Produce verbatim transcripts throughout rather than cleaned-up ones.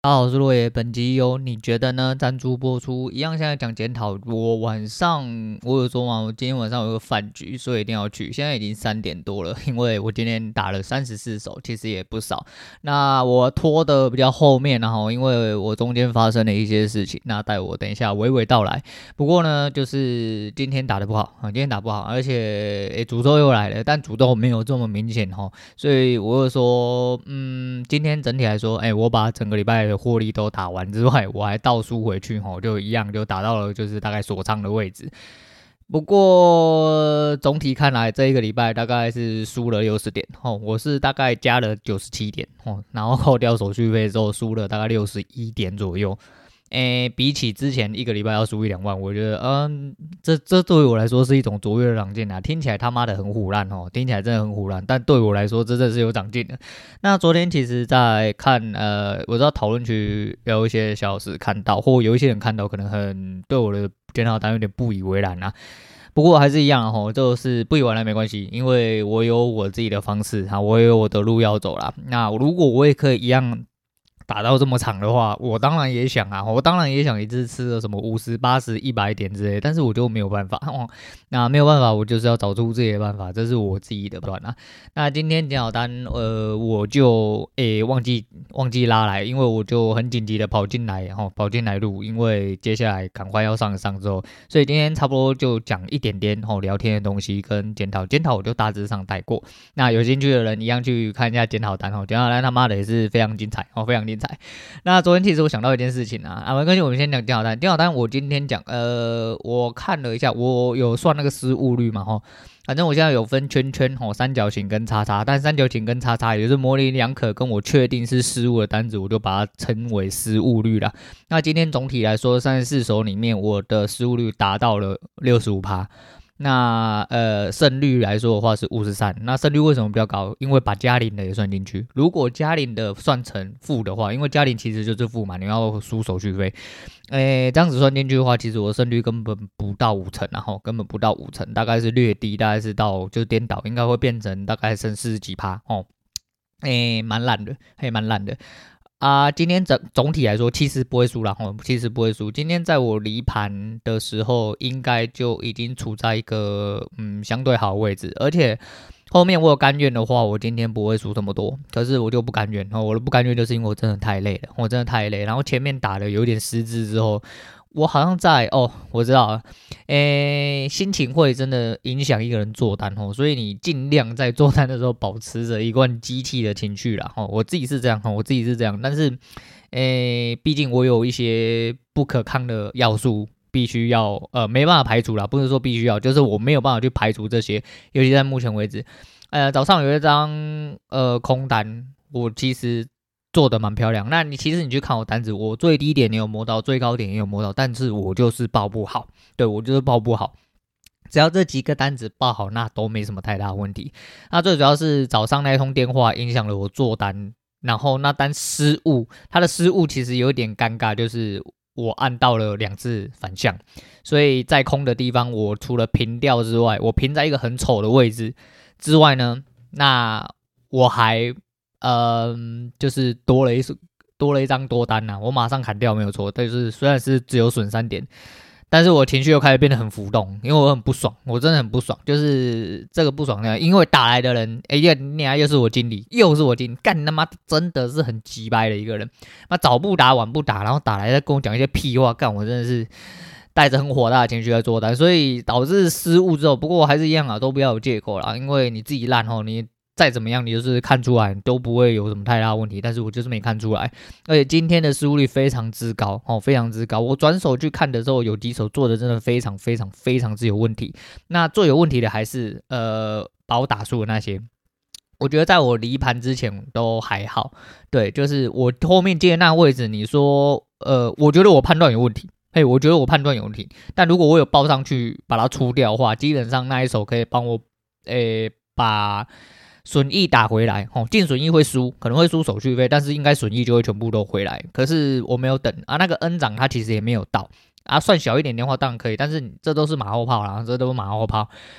大家好，我是落叶。本集由你觉得呢赞助播出。一样，现在讲检讨。我晚上我有说嘛，我今天晚上有个饭局，所以一定要去。现在已经三点多了，因为我今天打了三十四手，其实也不少。那我拖的比较后面，然后因为我中间发生了一些事情，那待我等一下娓娓道来。不过呢，就是今天打得不好啊，今天打不好，而且诶诅咒又来了，但诅咒没有这么明显哈，所以我就说，嗯，今天整体来说，诶，我把整个礼拜的获利都打完之外，我还倒输回去吼，就一样就打到了就是大概锁仓的位置。不过总体看来，这一个礼拜大概是输了六十点吼，我是大概加了九十七点吼，然后扣掉手续费之后输了大概六十一点左右。诶，比起之前一个礼拜要输一两万，我觉得，嗯，这这对我来说是一种卓越的长进啊！听起来他妈的很唬烂哦，听起来真的很唬烂，但对我来说真的是有长进的。那昨天其实在看，呃，我知道讨论区有一些小老师看到，或有一些人看到，可能很对我的检讨单有点不以为然啊。不过还是一样哈，就是不以为然没关系，因为我有我自己的方式哈，我有我的路要走啦。那如果我也可以一样打到这么长的话，我当然也想啊，我当然也想一次吃个什么五十、八十、一百点之类，但是我就没有办法哦。那没有办法，我就是要找出自己的办法，这是我自己的plan啊。那今天检讨单，呃，我就诶忘记忘记拉来，因为我就很紧急的跑进来，哈、哦，跑进来录，因为接下来赶快要上上之后，所以今天差不多就讲一点点哦聊天的东西跟检讨，检讨我就大致上带过。那有兴趣的人一样去看一下检讨单哦，检讨单他妈的也是非常精彩哦，非常精彩。那昨天其实我想到一件事情啊，啊，没关系，我们先讲电脑单。电脑单我今天讲，呃，我看了一下，我有算那个失误率嘛，吼，反正我现在有分圈圈，吼，三角形跟叉叉，但三角形跟叉叉也就是模棱两可，跟我确定是失误的单子，我就把它称为失误率啦。那今天总体来说，三十四手里面，我的失误率达到了 百分之六十五。那呃胜率来说的话是五十三，那胜率为什么比较高？因为把嘉玲的也算进去。如果嘉玲的算成负的话，因为嘉玲其实就是负嘛，你要输手续费。诶，这样子算进去的话，其实我的胜率根本不到五成，然后根本不到五成，大概是略低，大概是到就是颠倒，应该会变成大概剩四十几趴哦。诶，蛮烂的，还蛮烂的。啊，今天整总体来说其实不会输啦，吼，其实不会输。今天在我离盘的时候，应该就已经处在一个嗯相对好的位置，而且后面我有甘愿的话，我今天不会输这么多。可是我就不甘愿，我的不甘愿就是因为我真的太累了，我真的太累。然后前面打的有点失智之后，我好像在哦，我知道了，诶，心情会真的影响一个人做单哦，所以你尽量在做单的时候保持着一贯机器的情绪啦。哦，我自己是这样，我自己是这样，但是，诶，毕竟我有一些不可抗的要素，必须要呃没办法排除啦，不是说必须要，就是我没有办法去排除这些，尤其在目前为止，呃，早上有一张呃空单，我其实做的蛮漂亮。那你其实你去看我单子，我最低点也有摸到，最高点也有摸到，但是我就是报不好，对我就是报不好。只要这几个单子报好，那都没什么太大问题。那最主要是早上那一通电话影响了我做单，然后那单失误，它的失误其实有点尴尬，就是我按到了两次反向，所以在空的地方，我除了平掉之外，我平在一个很丑的位置之外呢，那我还嗯、呃，就是多了一多了一张多单呐、啊，我马上砍掉没有错，但是虽然是只有损三点，但是我情绪又开始变得很浮动，因为我很不爽，我真的很不爽，就是这个不爽呢，因为打来的人，哎呀，你啊又是我经理，又是我经理，干你他妈真的是很鸡掰的一个人，那早不打晚不打，然后打来再跟我讲一些屁话，干我真的是带着很火大的情绪在做单，所以导致失误之后，不过我还是一样啊，都不要有借口啦，因为你自己烂吼，你再怎么样，你就是看出来都不会有什么太大问题，但是我就是没看出来，而且今天的失误率非常之高哦，非常之高。我转手去看的时候，有几手做的真的非常非常非常之有问题。那最有问题的还是呃把我打输的那些。我觉得在我离盘之前都还好，对，就是我后面接的那位置，你说呃，我觉得我判断有问题。嘿，我觉得我判断有问题，但如果我有报上去把它出掉的话，基本上那一手可以帮我，诶，把损益打回来，哦，净损益会输，可能会输手续费，但是应该损益就会全部都回来。可是我没有等啊，那个 N 涨它其实也没有到啊，算小一点的话当然可以，但是这都是马后炮啦，这都是马后炮。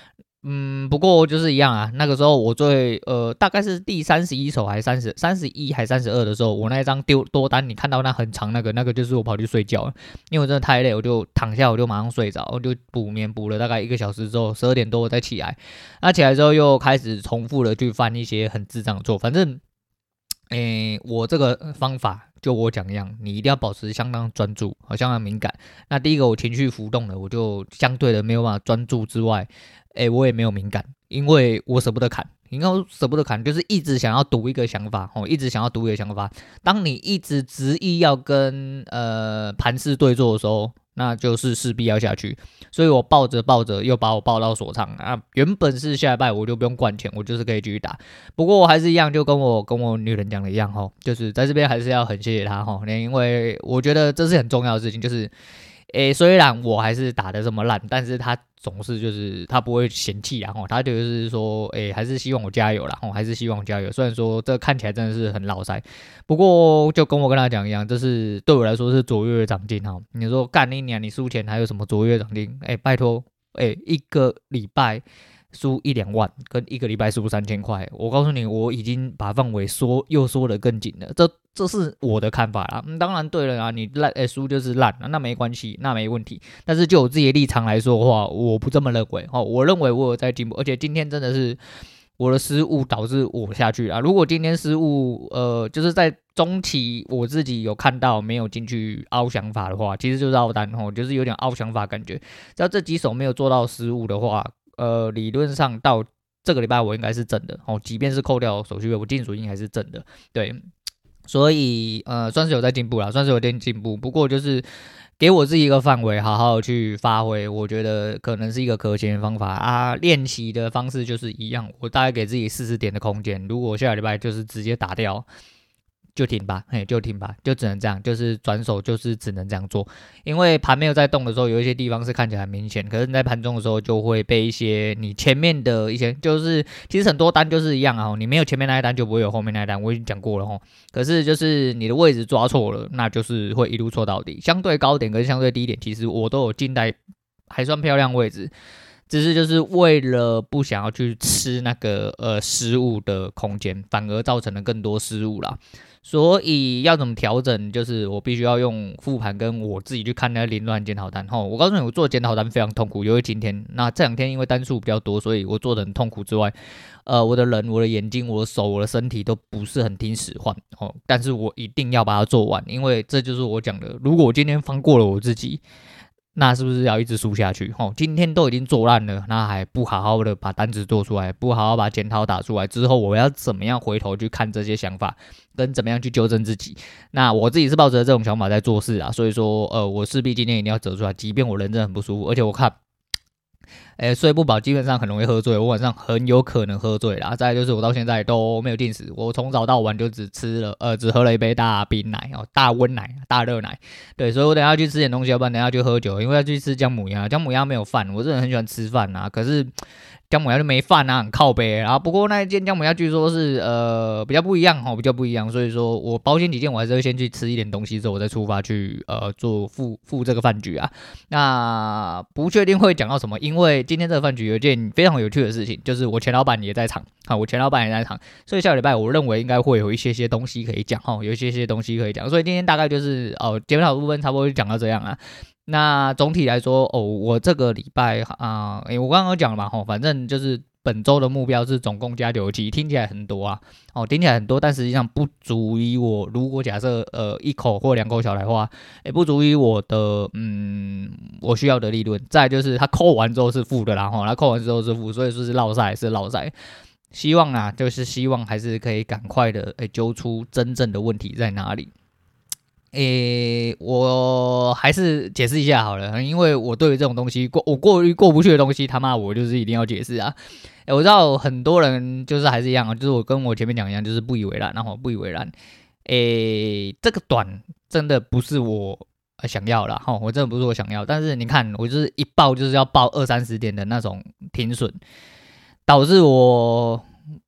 嗯，不过就是一样啊。那个时候我最呃，大概是第三十一手还是三十三十一还三十二的时候，我那一张丢多单，你看到那很长那个，那个就是我跑去睡觉了，因为我真的太累，我就躺下，我就马上睡着，我就补眠补了大概一个小时之后，十二点多我再起来。那起来之后又开始重复的去翻一些很智障的做，反正，诶，我这个方法。就我讲一样，你一定要保持相当专注，好相当敏感。那第一个，我情绪浮动了，我就相对的没有办法专注之外，哎，我也没有敏感，因为我舍不得砍。应该舍不得砍，就是一直想要赌一个想法，哦，一直想要赌一个想法。当你一直执意要跟呃盘势对坐的时候，那就是势必要下去。所以我抱着抱着又把我抱到锁仓啊。原本是下礼拜我就不用灌钱，我就是可以继续打。不过我还是一样，就跟我跟我女人讲的一样，吼，就是在这边还是要很谢谢她，吼，因为我觉得这是很重要的事情，就是。诶，虽然我还是打得这么烂，但是他总是就是他不会嫌弃啦，吼，他就是说，诶，还是希望我加油啦，吼，还是希望我加油。虽然说这看起来真的是很老塞，不过就跟我跟他讲一样，这是对我来说是卓越长进哈。你说干一年你输钱还有什么卓越长进？诶，拜托，诶，一个礼拜。输一两万，跟一个礼拜输三千块，我告诉你，我已经把范围缩又缩得更紧了。这这是我的看法啦。嗯、当然对了啊，你烂诶输就是烂，那没关系，那没问题。但是就我自己的立场来说的话，我不这么认为。哦，我认为我有在进步，而且今天真的是我的失误导致我下去啊。如果今天失误，呃，就是在中期我自己有看到没有进去凹想法的话，其实就是凹单哦，就是有点凹想法感觉。只要这几手没有做到失误的话。呃，理论上到这个礼拜我应该是正的哦，即便是扣掉手续费，我净属应还是正的，对，所以呃，算是有在进步啦，算是有点进步。不过就是给我自己一个范围，好好去发挥，我觉得可能是一个可行的方法啊。练习的方式就是一样，我大概给自己四十点的空间，如果下个礼拜就是直接打掉。就停吧，嘿，就停吧，就只能这样，就是转手，就是只能这样做。因为盘没有在动的时候，有一些地方是看起来很明显，可是你在盘中的时候就会被一些你前面的一些，就是其实很多单就是一样啊，你没有前面那一单就不会有后面那一单，我已经讲过了吼。可是就是你的位置抓错了，那就是会一路错到底。相对高点跟相对低点，其实我都有进在还算漂亮位置。只是就是为了不想要去吃那个呃失误的空间，反而造成了更多失误啦。所以要怎么调整？就是我必须要用复盘跟我自己去看那个凌乱检讨单。吼，我告诉你，我做检讨单非常痛苦。因为今天那这两天因为单数比较多，所以我做的很痛苦之外，呃，我的人、我的眼睛、我的手、我的身体都不是很听使唤。哦，但是我一定要把它做完，因为这就是我讲的。如果我今天放过了我自己。那是不是要一直输下去？哦，今天都已经做烂了，那还不好好的把单子做出来，不好好把检讨打出来之后，我要怎么样回头去看这些想法，跟怎么样去纠正自己？那我自己是抱着这种想法在做事啊，所以说，呃，我势必今天一定要走出来，即便我人真的很不舒服，而且我看。诶，睡不饱，基本上很容易喝醉。我晚上很有可能喝醉啦。再来就是我到现在都没有进食，我从早到晚就只吃了，呃，只喝了一杯大冰奶哦，大温奶、大热奶。对，所以我等一下去吃点东西，要不然等一下去喝酒，因为要去吃姜母鸭。姜母鸭没有饭，我这人很喜欢吃饭啊，可是。姜母鸭就没饭啊，很靠北。然后不过那一间姜母鸭据说是呃比较不一样哈，比较不一样，所以说我保险起见，我还是会先去吃一点东西之后，我再出发去呃做付付这个饭局啊。那不确定会讲到什么，因为今天这个饭局有一件非常有趣的事情，就是我前老板也在场啊，我前老板也在场，所以下个礼拜我认为应该会有一些些东西可以讲哈，有一些些东西可以讲，所以今天大概就是哦检讨部分差不多就讲到这样啊。那总体来说，哦，我这个礼拜啊，诶、欸，我刚刚有讲了嘛，吼，反正就是本周的目标是总共加九期，听起来很多啊，哦，听起来很多，但实际上不足以我如果假设呃一口或两口小来的话，也、欸、不足以我的嗯我需要的利润。再来就是它扣完之后是负的啦，吼，它扣完之后是负，所以说是落赛是落赛。希望啊，就是希望还是可以赶快的诶揪出真正的问题在哪里。诶，我还是解释一下好了，因为我对于这种东西过我过于过不去的东西，他妈我就是一定要解释啊。诶，我知道很多人就是还是一样啊，就是我跟我前面讲一样，就是不以为然，然后不以为然。诶，这个短真的不是我想要啦，哈，我真的不是我想要。但是你看，我就是一报就是要报二三十点的那种停损，导致我。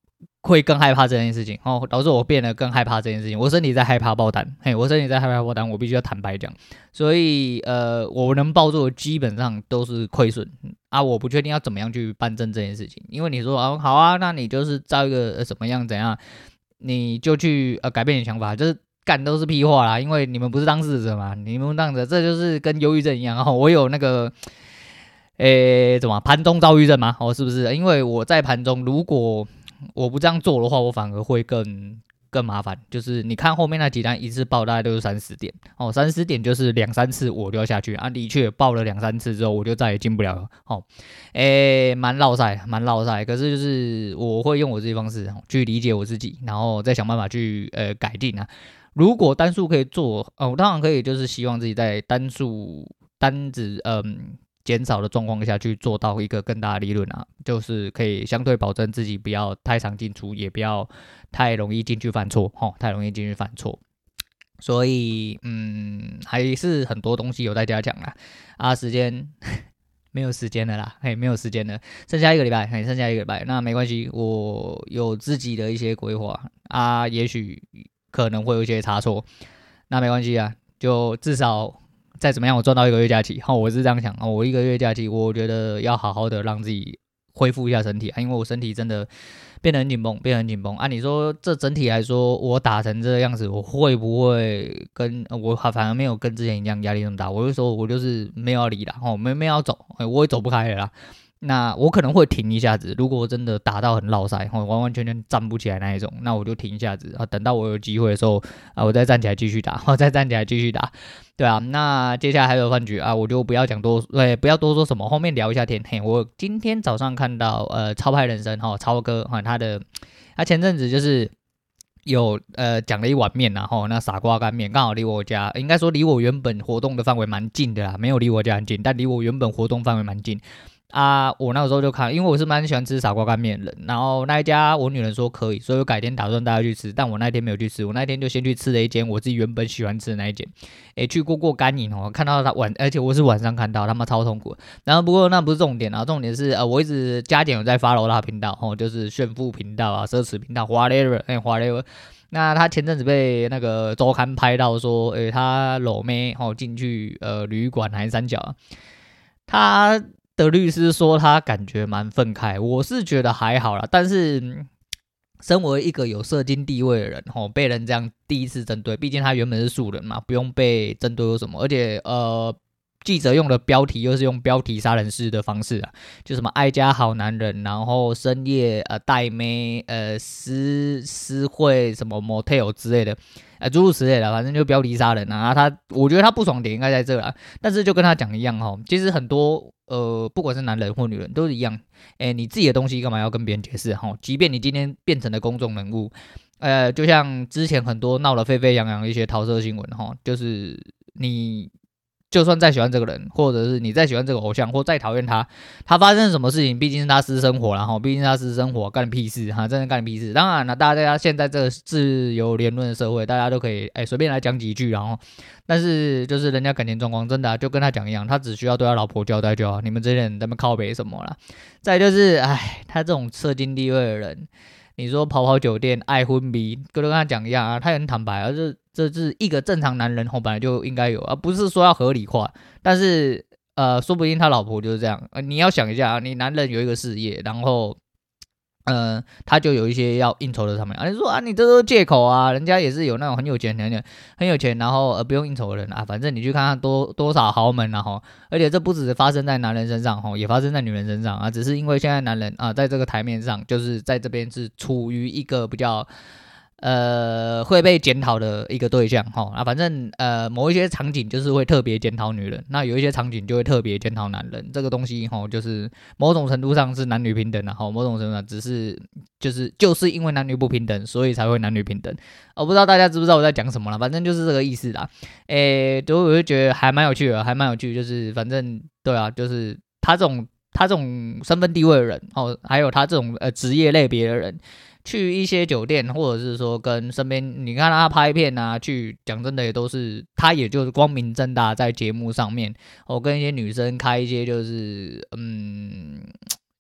会更害怕这件事情，哦，导致我变得更害怕这件事情。我身体在害怕爆单，嘿，我身体在害怕爆单，我必须要坦白讲。所以，呃，我能抱住的基本上都是亏损啊，我不确定要怎么样去办正这件事情。因为你说啊，好啊，那你就是照一个、呃、怎么样怎样，你就去呃改变你的想法，就是干都是屁话啦。因为你们不是当事者嘛，你们当事者，这就是跟忧郁症一样。哦，我有那个。诶，怎么盘中躁郁症吗？哦，是不是？因为我在盘中，如果我不这样做的话，我反而会更更麻烦。就是你看后面那几单一次爆大概都是三十点，哦，三十点就是两三次我就要下去啊。的确爆了两三次之后，我就再也进不了了。哦，诶，蛮落赛，蛮落赛。可是就是我会用我自己方式去理解我自己，然后再想办法去呃改进啊。如果单数可以做，哦，我当然可以，就是希望自己在单数单子，嗯。减少的状况下去做到一个更大的利润啊，就是可以相对保证自己不要太常进出，也不要太容易进去犯错，吼，太容易进去犯错。所以，嗯，还是很多东西有待加强啦。啊，时间没有时间了啦，嘿，没有时间了，剩下一个礼拜，嘿，剩下一个礼拜，那没关系，我有自己的一些规划啊，也许可能会有一些差错，那没关系啊，就至少。再怎么样，我赚到一个月假期，好，我是这样想，我一个月假期，我觉得要好好的让自己恢复一下身体啊，因为我身体真的变得很紧绷，变得很紧绷啊。你说这整体来说，我打成这个样子，我会不会跟我反而没有跟之前一样压力那么大？我就说我就是没有要理啦，哦，没没有要走，我也走不开了啦。那我可能会停一下子，如果真的打到很落赛，完完全全站不起来那一种，那我就停一下子啊，等到我有机会的时候啊，我再站起来继续打，我再站起来继续打，对啊，那接下来还有饭局啊，我就不要讲多，对，不要多说什么，后面聊一下天。嘿，我今天早上看到呃超派人生哈，超哥哈他的，他前阵子就是有呃讲了一碗面然后那傻瓜干面刚好离我家，应该说离我原本活动的范围蛮近的啦，没有离我家很近，但离我原本活动范围蛮近。啊，我那个时候就看，因为我是蛮喜欢吃傻瓜干面的人，然后那一家我女人说可以，所以我改天打算带她去吃，但我那天没有去吃，我那天就先去吃了一间我自己原本喜欢吃的那一间，诶，去过过干瘾哦，看到他晚，而且我是晚上看到，他妈超痛苦。然后不过那不是重点啊，重点是呃，我一直加点有在 follow 他频道哦，就是炫富频道啊、奢侈频道 whatever， 哎 whatever。那他前阵子被那个周刊拍到说，诶，他搂妹哦进去呃旅馆还是三角啊，他。的律师说他感觉蛮愤慨，我是觉得还好啦，但是身为一个有社经地位的人，吼，被人这样第一次针对，毕竟他原本是素人嘛，不用被针对有什么，而且呃，记者用的标题又是用标题杀人式的方式啊，就什么爱家好男人，然后深夜呃带妹呃私私会什么 motel 之类的。呃，诸如此类的，反正就标题杀人啊！啊他，我觉得他不爽点应该在这啦，但是就跟他讲一样哈，其实很多呃，不管是男人或女人都是一样，哎，你自己的东西干嘛要跟别人解释哈？即便你今天变成了公众人物，呃，就像之前很多闹得沸沸扬扬的一些桃色新闻哈，就是你。就算再喜欢这个人，或者是你再喜欢这个偶像，或再讨厌他，他发生什么事情，毕竟是他私生活啦，哈，毕竟他私生活干屁事哈，真的干屁事。当然了，大家现在这个自由言论的社会，大家都可以哎随便来讲几句，然后，但是就是人家感情状况真的、啊、就跟他讲一样，他只需要对他老婆交代就好，你们这些人在那边靠北什么啦？再就是哎，他这种社经地位的人。你说跑跑酒店爱昏迷，跟跟他讲一样啊，他很坦白啊，这这是一个正常男人吼本来就应该有啊，不是说要合理化，但是呃，说不定他老婆就是这样，呃，你要想一下啊，你男人有一个事业，然后。呃，他就有一些要应酬的上面啊，你说啊，你这都是借口啊，人家也是有那种很有钱、很有很有钱，然后呃不用应酬的人啊，反正你去看看多多少豪门然后，而且这不只是发生在男人身上哈，也发生在女人身上啊，只是因为现在男人啊，在这个台面上，就是在这边是处于一个比较。呃，会被检讨的一个对象哈啊，反正呃某一些场景就是会特别检讨女人，那有一些场景就会特别检讨男人。这个东西哈，就是某种程度上是男女平等的哈，某种程度上只是就是就是因为男女不平等，所以才会男女平等。我不知道大家知不知道我在讲什么啦，反正就是这个意思啦。诶，就我就觉得还蛮有趣的，还蛮有趣，就是反正对啊，就是他这种他这种身份地位的人哦，还有他这种呃职业类别的人。去一些酒店，或者是说跟身边，你看他拍片啊，去讲真的也都是，他也就是光明正大在节目上面，我、哦、跟一些女生开一些就是，嗯，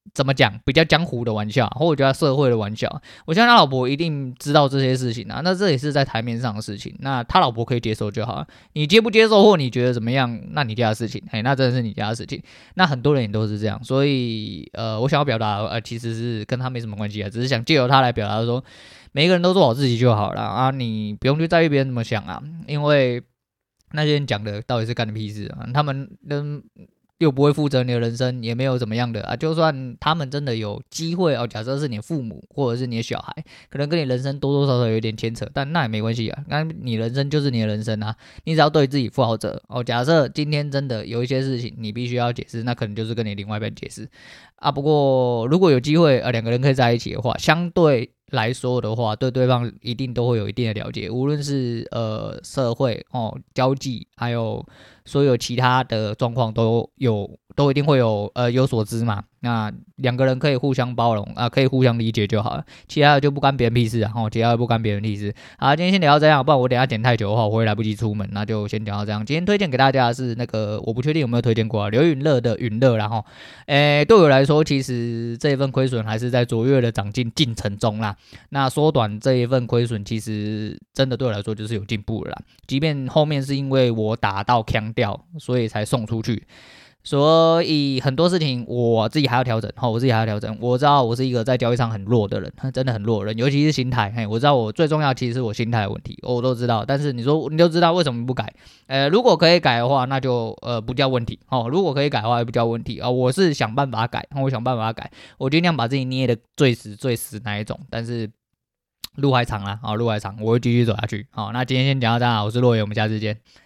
怎么讲比较江湖的玩笑，或者叫社会的玩笑。我相信他老婆一定知道这些事情啊，那这也是在台面上的事情，那他老婆可以接受就好了。你接不接受或你觉得怎么样，那你家的事情，嘿，那真的是你家的事情。那很多人也都是这样，所以呃，我想要表达呃，其实是跟他没什么关系啊，只是想借由他来表达说，每一个人都做好自己就好了啊，你不用去在意别人怎么想啊，因为那些人讲的到底是干你屁事啊，他们跟。又不会负责你的人生，也没有怎么样的啊。就算他们真的有机会哦，假设是你父母或者是你的小孩，可能跟你人生多多少少有一点牵扯，但那也没关系啊。那你人生就是你的人生啊，你只要对自己负好责哦。假设今天真的有一些事情你必须要解释，那可能就是跟你另外一半解释啊。不过如果有机会啊，两个人可以在一起的话，相对来说的话，对对方一定都会有一定的了解，无论是呃社会哦交际，还有所有其他的状况都有，都一定会有呃有所知嘛。那两个人可以互相包容啊、呃，可以互相理解就好了，其他的就不干别人屁事啊，哦，其他的不干别人屁事。好，今天先聊到这样，不然我等一下剪太久的话，我会来不及出门，那就先讲到这样。今天推荐给大家的是那个，我不确定有没有推荐过啊，刘允乐的允乐，然后，诶，对我来说，其实这一份亏损还是在卓越的长进进程中啦。那缩短这一份亏损，其实真的对我来说就是有进步了啦。即便后面是因为我打到鏘掉，所以才送出去。所以很多事情我自己还要调整，我自己还要调整。我知道我是一个在交易上很弱的人，真的很弱的人，尤其是心态。嘿，我知道我最重要其实是我心态的问题，我都知道。但是你说你都知道为什么不改？呃，如果可以改的话，那就呃不叫问题哦。如果可以改的话，也不叫问题啊、哦。我是想办法改，我想办法改，我尽量把自己捏的最死最死那一种。但是路还长啦，好，路还长，我会继续走下去。好，那今天先讲到这，我是洛爷，我们下次见。